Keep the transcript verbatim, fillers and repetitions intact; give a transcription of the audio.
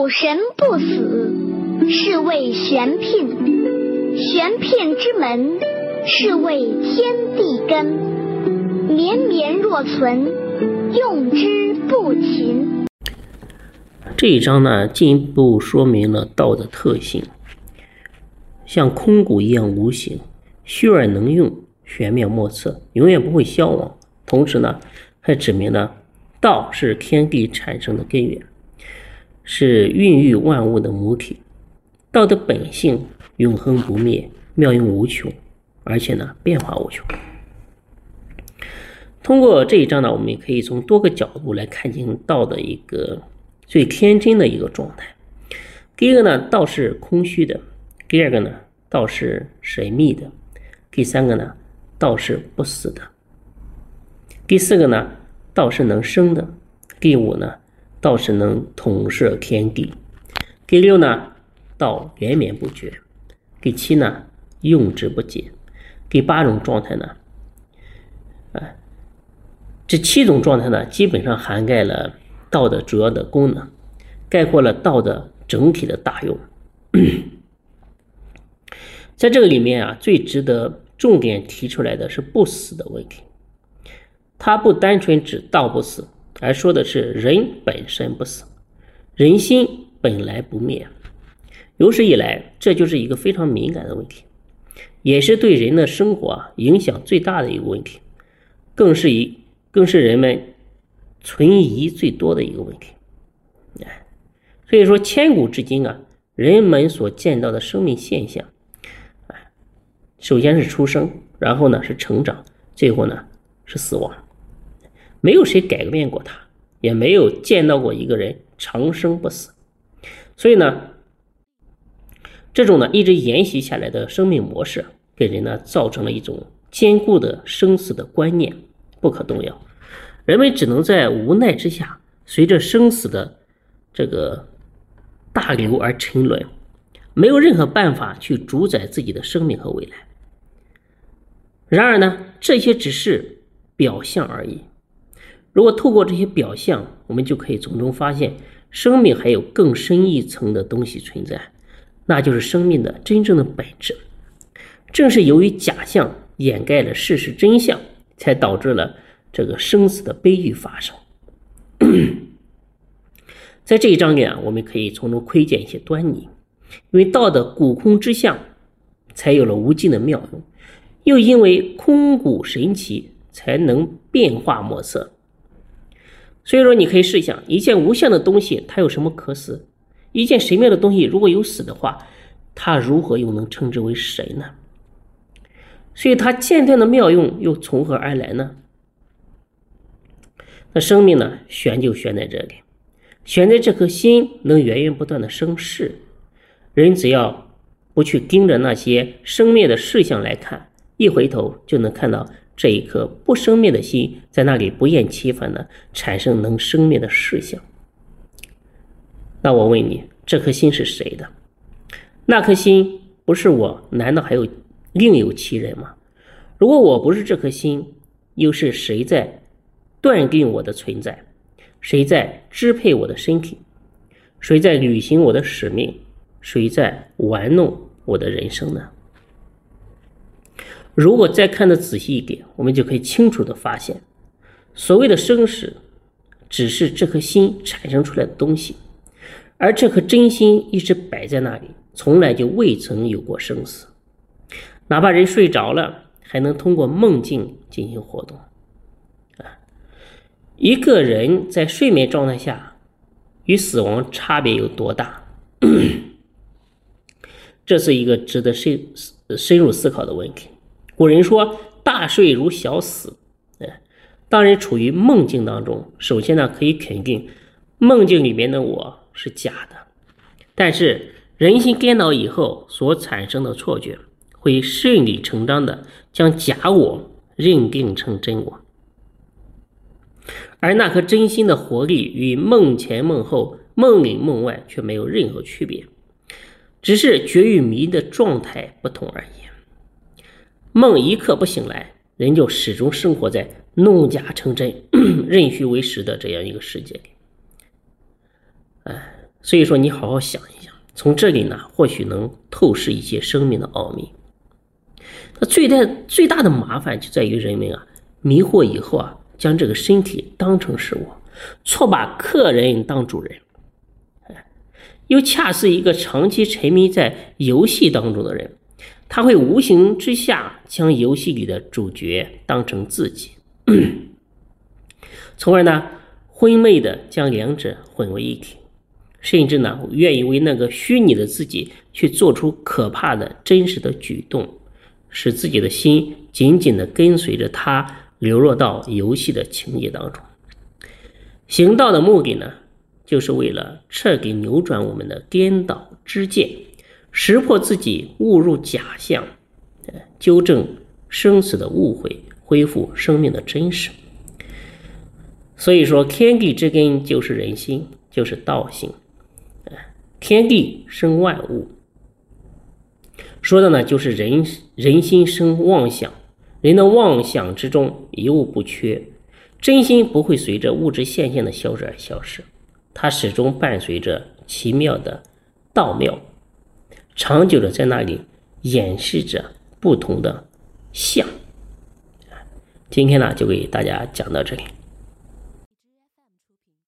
故神不死，是谓玄牝。玄牝之门，是谓天地根。绵绵若存，用之不勤。 这一章呢，进一步说明了道的特性，像空谷一样无形，虚而能用，玄妙莫测，永远不会消亡。同时呢，还指明了道是天地产生的根源，是孕育万物的母体。道的本性永恒不灭，妙用无穷，而且呢，变化无穷。通过这一章呢，我们也可以从多个角度来看清道的一个最天真的一个状态。第一个呢，道是空虚的；第二个呢，道是神秘的；第三个呢，道是不死的；第四个呢，道是能生的；第五呢，道是能统摄天地；第六呢，道连绵不绝；第七呢，用之不竭；第八种状态呢，啊，这七种状态呢，基本上涵盖了道的主要的功能，概括了道的整体的大用。在这个里面啊，最值得重点提出来的是不死的问题。它不单纯指道不死，而说的是人本身不死，人心本来不灭。有史以来，这就是一个非常敏感的问题，也是对人的生活啊影响最大的一个问题，更是一更是人们存疑最多的一个问题。所以说，千古至今啊，人们所见到的生命现象，首先是出生，然后呢是成长，最后呢是死亡。没有谁改变过它，也没有见到过一个人长生不死。所以呢，这种呢一直沿袭下来的生命模式，给人呢造成了一种坚固的生死的观念，不可动摇。人们只能在无奈之下，随着生死的这个大流而沉沦，没有任何办法去主宰自己的生命和未来。然而呢，这些只是表象而已。如果透过这些表象，我们就可以从中发现生命还有更深一层的东西存在，那就是生命的真正的本质。正是由于假象掩盖了事实真相，才导致了这个生死的悲剧发生。在这一章里啊，我们可以从中窥见一些端倪。因为道的古空之象，才有了无尽的妙用；又因为空古神奇，才能变化莫测。所以说，你可以试想，一件无相的东西，它有什么可死？一件神妙的东西，如果有死的话，它如何又能称之为神呢？所以它间断的妙用又从何而来呢？那生命呢，悬就悬在这里，悬在这颗心能源源不断的生事。人只要不去盯着那些生灭的事项来看，一回头就能看到这一颗不生灭的心在那里不厌其烦的产生能生灭的事项。那我问你，这颗心是谁的？那颗心不是我，难道还有另有其人吗？如果我不是这颗心，又是谁在断定我的存在？谁在支配我的身体？谁在履行我的使命？谁在玩弄我的人生呢？如果再看得仔细一点，我们就可以清楚地发现，所谓的生死只是这颗心产生出来的东西，而这颗真心一直摆在那里，从来就未曾有过生死。哪怕人睡着了，还能通过梦境进行活动。一个人在睡眠状态下与死亡差别有多大？这是一个值得深深入思考的问题。古人说大睡如小死。当人处于梦境当中，首先呢，可以肯定梦境里面的我是假的，但是人心颠倒以后所产生的错觉，会顺理成章的将假我认定成真我。而那颗真心的活力与梦前梦后梦里梦外却没有任何区别，只是觉与迷的状态不同而已。梦一刻不醒来，人就始终生活在弄假成真任虚为实的这样一个世界里。 所以说你好好想一想，从这里呢或许能透视一些生命的奥秘。那最大最大的麻烦就在于人们啊迷惑以后啊，将这个身体当成是我，错把客人当主人，又恰是一个长期沉迷在游戏当中的人，他会无形之下将游戏里的主角当成自己，从而呢昏昧的将两者混为一体，甚至呢愿意为那个虚拟的自己去做出可怕的真实的举动，使自己的心紧紧地跟随着他流落到游戏的情节当中。行道的目的呢，就是为了彻底扭转我们的颠倒之见，识破自己误入假象，纠正生死的误会，恢复生命的真实。所以说天地之根就是人心，就是道性，天地生万物，说的呢就是人人心生妄想，人的妄想之中一物不缺，真心不会随着物质现象的消失而消失，它始终伴随着奇妙的道妙，长久的在那里演示着不同的相。今天呢就给大家讲到这里。